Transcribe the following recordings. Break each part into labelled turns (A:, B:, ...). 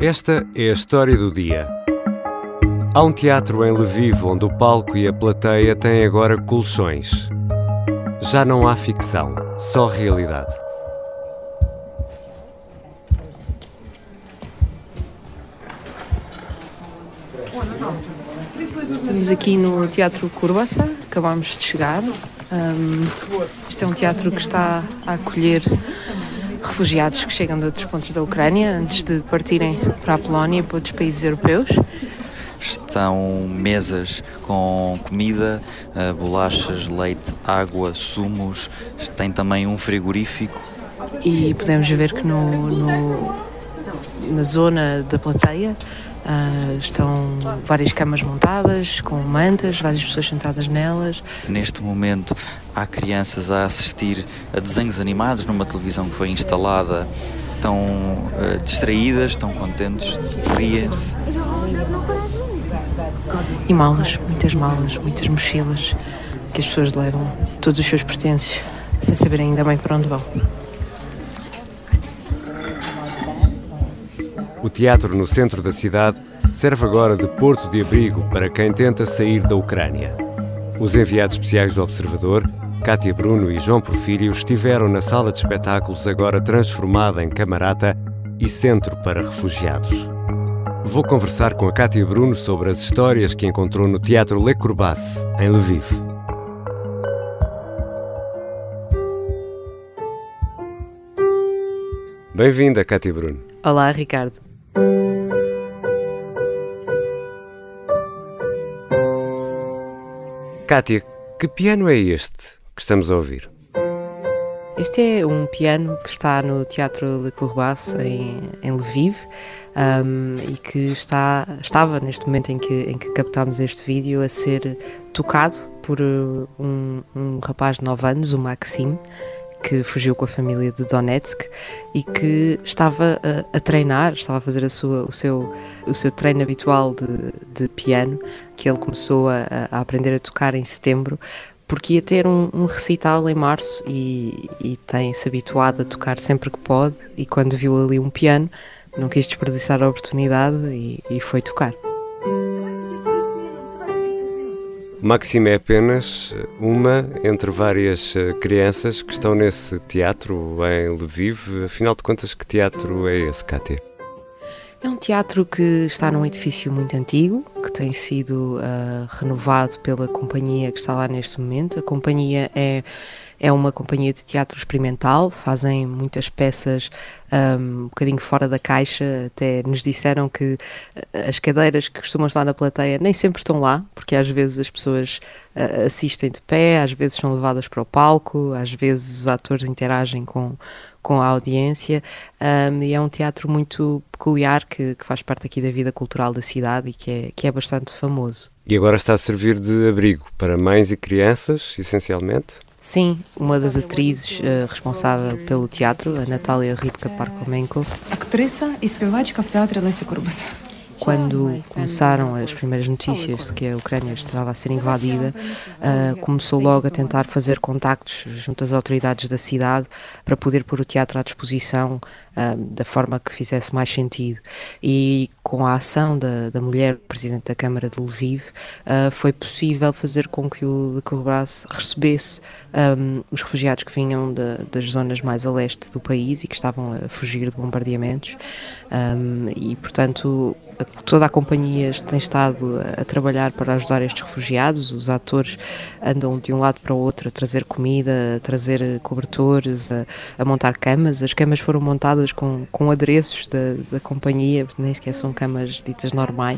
A: Esta é a história do dia. Há um teatro em Lviv onde o palco e a plateia têm agora colchões. Já não há ficção, só realidade.
B: Estamos aqui no Teatro Kurbassa, acabámos de chegar. Este é um teatro que está a acolher refugiados que chegam de outros pontos da Ucrânia antes de partirem para a Polónia e para outros países europeus.
C: Estão mesas com comida, bolachas, leite, água, sumos. Tem também um frigorífico.
B: E podemos ver que na zona da plateia estão várias camas montadas, com mantas, várias pessoas sentadas nelas.
C: Neste momento há crianças a assistir a desenhos animados numa televisão que foi instalada. Estão distraídas, estão contentes, riem-se.
B: E malas, muitas mochilas que as pessoas levam, todos os seus pertences, sem saber ainda bem para onde vão.
A: O teatro no centro da cidade serve agora de porto de abrigo para quem tenta sair da Ucrânia. Os enviados especiais do Observador, Kátia Bruno e João Porfírio, estiveram na sala de espetáculos agora transformada em camarata e centro para refugiados. Vou conversar com a Kátia Bruno sobre as histórias que encontrou no Teatro Le Kurbassa, em Lviv. Bem-vinda, Kátia Bruno.
B: Olá, Ricardo.
A: Kátia, que piano é este que estamos a ouvir?
B: Este é um piano que está no Teatro Le Kurbassa, em Lviv, e que estava, neste momento em que captámos este vídeo, a ser tocado por um rapaz de 9 anos, o Maxim, que fugiu com a família de Donetsk e que estava a treinar, estava a fazer o seu treino habitual de piano, que ele começou a aprender a tocar em setembro, porque ia ter um recital em março e tem-se habituado a tocar sempre que pode, e quando viu ali um piano não quis desperdiçar a oportunidade e foi tocar.
A: Maxim é apenas uma entre várias crianças que estão nesse teatro em Lviv. Afinal de contas, que teatro é esse, Kátia?
B: É um teatro que está num edifício muito antigo, que tem sido renovado pela companhia que está lá neste momento. A companhia é uma companhia de teatro experimental, fazem muitas peças um bocadinho fora da caixa. Até nos disseram que as cadeiras que costumam estar na plateia nem sempre estão lá, porque às vezes as pessoas assistem de pé, às vezes são levadas para o palco, às vezes os atores interagem com a audiência, e é um teatro muito peculiar que faz parte aqui da vida cultural da cidade e que é bastante famoso.
A: E agora está a servir de abrigo para mães e crianças, essencialmente?
B: Sim, uma das atrizes responsável pelo teatro, a Natália Rybka-Parkhomenko,
D: Актриса і співачка в театрі Лесі Курбаса.
B: Quando começaram as primeiras notícias de que a Ucrânia estava a ser invadida, começou logo a tentar fazer contactos junto às autoridades da cidade para poder pôr o teatro à disposição da forma que fizesse mais sentido. E com a ação da mulher presidente da Câmara de Lviv, foi possível fazer com que o Le Kurbassa recebesse os refugiados que vinham das zonas mais a leste do país e que estavam a fugir de bombardeamentos, e portanto toda a companhia tem estado a trabalhar para ajudar estes refugiados. Os atores andam de um lado para o outro a trazer comida, a trazer cobertores, a montar camas. As camas foram montadas com adereços da companhia, nem sequer são camas ditas normais,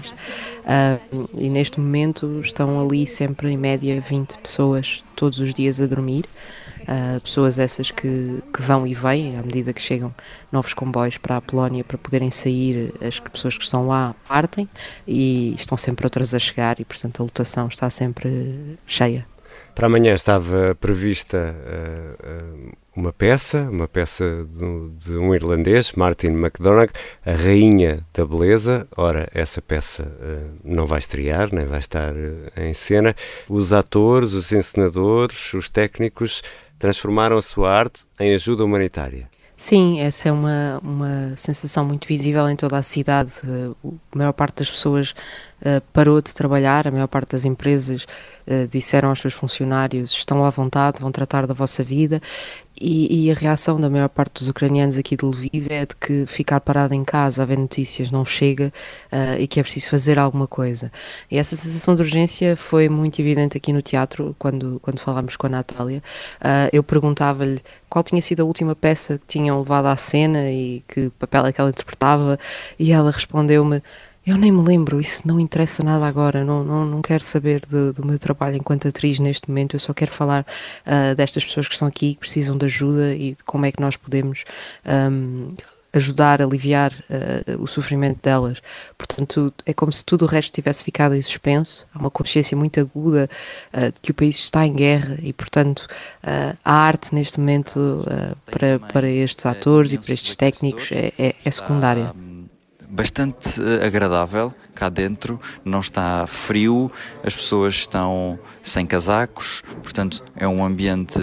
B: e neste momento estão ali sempre em média 20 pessoas todos os dias a dormir. Pessoas essas que vão e vêm à medida que chegam novos comboios para a Polónia para poderem sair. As pessoas que estão lá partem e estão sempre outras a chegar, e portanto a lotação está sempre cheia.
A: Para amanhã estava prevista uma peça de um irlandês, Martin McDonagh, a Rainha da Beleza. Ora, essa peça não vai estrear, nem vai estar em cena. Os atores, os encenadores, os técnicos transformaram a sua arte em ajuda humanitária.
B: Sim, essa é uma sensação muito visível em toda a cidade. A maior parte das pessoas parou de trabalhar, a maior parte das empresas disseram aos seus funcionários: estão à vontade, vão tratar da vossa vida. E a reação da maior parte dos ucranianos aqui de Lviv é de que ficar parado em casa a ver notícias não chega e que é preciso fazer alguma coisa. E essa sensação de urgência foi muito evidente aqui no teatro, quando falámos com a Natália. Eu perguntava-lhe qual tinha sido a última peça que tinham levado à cena e que papel é que ela interpretava, e ela respondeu-me: eu nem me lembro, isso não interessa nada agora, não quero saber do meu trabalho enquanto atriz neste momento, eu só quero falar destas pessoas que estão aqui, que precisam de ajuda e de como é que nós podemos ajudar, aliviar o sofrimento delas. Portanto, é como se tudo o resto tivesse ficado em suspenso. Há uma consciência muito aguda de que o país está em guerra e, portanto, a arte neste momento para estes atores e para estes técnicos é secundária.
C: Bastante agradável cá dentro, não está frio, as pessoas estão sem casacos, portanto é um ambiente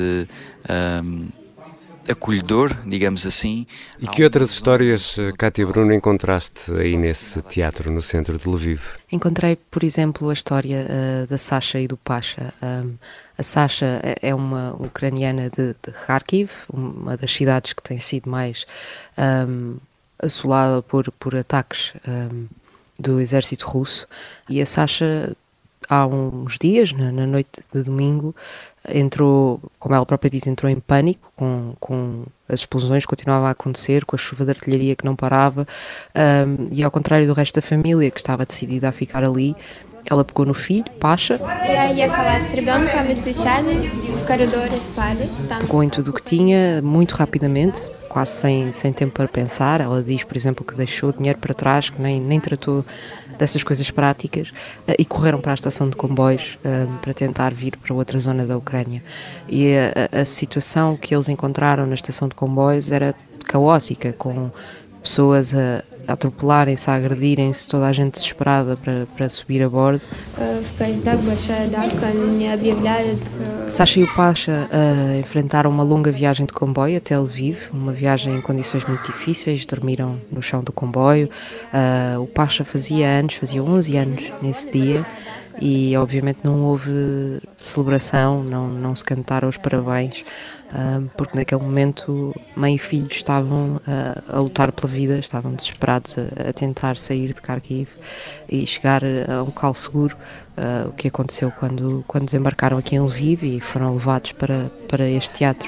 C: acolhedor, digamos assim.
A: E que outras histórias, Kátia Bruno, encontraste aí nesse teatro no centro de Lviv?
B: Encontrei, por exemplo, a história da Sasha e do Pasha. A Sasha é uma ucraniana de Kharkiv, uma das cidades que tem sido mais assolada por ataques do exército russo, e a Sasha há uns dias, na noite de domingo, entrou, como ela própria diz, entrou em pânico com as explosões que continuavam a acontecer, com a chuva de artilharia que não parava, e ao contrário do resto da família que estava decidida a ficar ali, ela pegou no filho, Pasha, pegou em tudo o que tinha, muito rapidamente, quase sem tempo para pensar. Ela diz, por exemplo, que deixou dinheiro para trás, que nem tratou dessas coisas práticas, e correram para a estação de comboios para tentar vir para outra zona da Ucrânia. E a situação que eles encontraram na estação de comboios era caótica, com pessoas a atropelarem-se, a agredirem-se, toda a gente desesperada para subir a bordo. Sasha e o Pasha enfrentaram uma longa viagem de comboio até Lviv, uma viagem em condições muito difíceis, dormiram no chão do comboio. O Pasha fazia 11 anos nesse dia, e obviamente não houve celebração, não se cantaram os parabéns, porque naquele momento mãe e filho estavam a lutar pela vida, estavam desesperados a tentar sair de Kharkiv e chegar a um local seguro. O que aconteceu quando desembarcaram aqui em Lviv e foram levados para este teatro.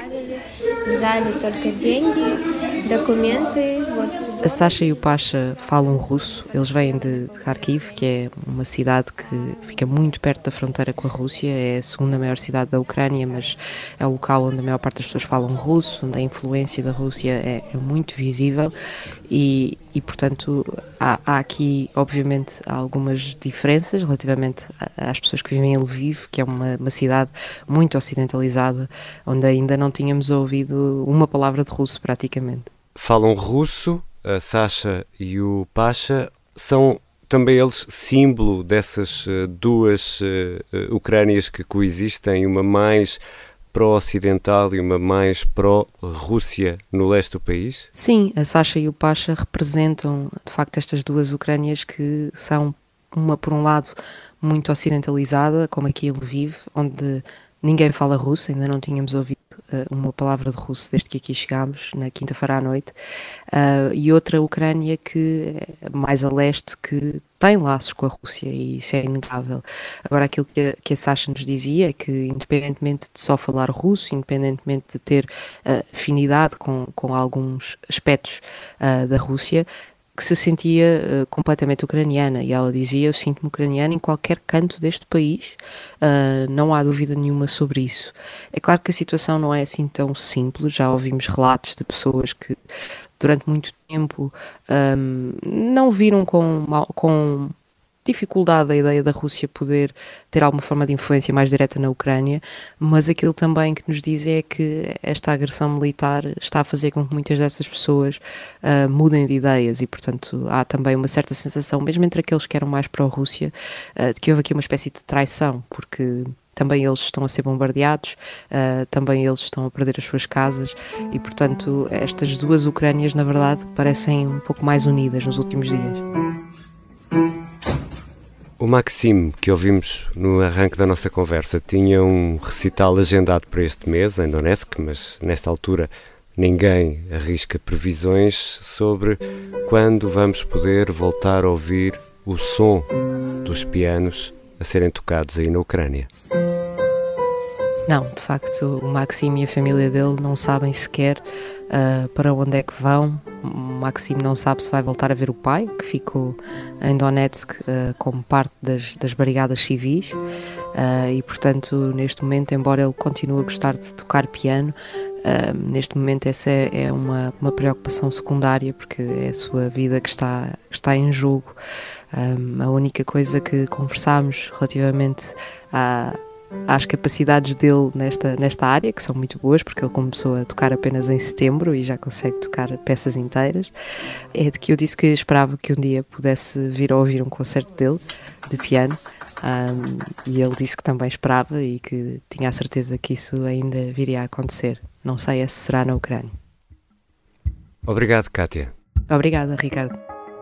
B: A Sasha e o Pasha falam russo, eles vêm de Kharkiv, que é uma cidade que fica muito perto da fronteira com a Rússia, é a segunda maior cidade da Ucrânia, mas é o local onde a maior parte das pessoas falam russo, onde a influência da Rússia é muito visível e portanto, há aqui, obviamente, algumas diferenças relativamente às pessoas que vivem em Lviv, que é uma cidade muito ocidentalizada, onde ainda não tínhamos ouvido uma palavra de russo praticamente.
A: Falam russo, a Sasha e o Pasha, são também eles símbolo dessas duas Ucrânias que coexistem, uma mais pró-ocidental e uma mais pró-Rússia no leste do país?
B: Sim, a Sasha e o Pasha representam, de facto, estas duas Ucrânias que são, uma por um lado, muito ocidentalizada, como aqui em Lviv, onde ninguém fala russo, ainda não tínhamos ouvido uma palavra de russo desde que aqui chegámos, na quinta-feira à noite, e outra Ucrânia que é mais a leste, que tem laços com a Rússia, e isso é inegável. Agora, aquilo que a Sasha nos dizia é que, independentemente de só falar russo, independentemente de ter afinidade com alguns aspectos da Rússia, que se sentia completamente ucraniana, e ela dizia: eu sinto-me ucraniana em qualquer canto deste país, não há dúvida nenhuma sobre isso. É claro que a situação não é assim tão simples, já ouvimos relatos de pessoas que durante muito tempo não viram com dificuldade a ideia da Rússia poder ter alguma forma de influência mais direta na Ucrânia, mas aquilo também que nos diz é que esta agressão militar está a fazer com que muitas dessas pessoas mudem de ideias, e portanto há também uma certa sensação, mesmo entre aqueles que eram mais pró-Rússia, de que houve aqui uma espécie de traição, porque também eles estão a ser bombardeados, também eles estão a perder as suas casas e, portanto, estas duas Ucrânias, na verdade, parecem um pouco mais unidas nos últimos dias.
A: O Maxim, que ouvimos no arranque da nossa conversa, tinha um recital agendado para este mês, em Donetsk, mas nesta altura ninguém arrisca previsões sobre quando vamos poder voltar a ouvir o som dos pianos a serem tocados aí na Ucrânia.
B: Não, de facto, o Maxim e a família dele não sabem sequer para onde é que vão. O Maxim não sabe se vai voltar a ver o pai, que ficou em Donetsk como parte das brigadas civis, e, portanto, neste momento, embora ele continue a gostar de tocar piano, neste momento essa é uma preocupação secundária, porque é a sua vida que está em jogo. A única coisa que conversámos relativamente às capacidades dele nesta área, que são muito boas, porque ele começou a tocar apenas em setembro e já consegue tocar peças inteiras, é de que eu disse que esperava que um dia pudesse vir a ouvir um concerto dele, de piano, e ele disse que também esperava e que tinha a certeza que isso ainda viria a acontecer. Não sei se será na Ucrânia.
A: Obrigado, Kátia.
B: Obrigada, Ricardo.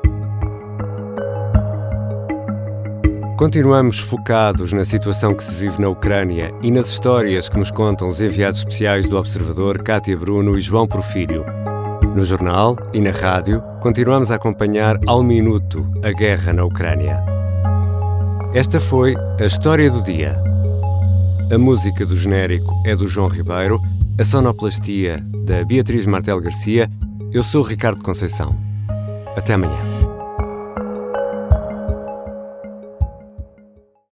A: Continuamos focados na situação que se vive na Ucrânia e nas histórias que nos contam os enviados especiais do Observador, Kátia Bruno e João Porfírio. No jornal e na rádio, continuamos a acompanhar ao minuto a guerra na Ucrânia. Esta foi a história do dia. A música do genérico é do João Ribeiro, a sonoplastia da Beatriz Martel Garcia. Eu sou Ricardo Conceição. Até amanhã.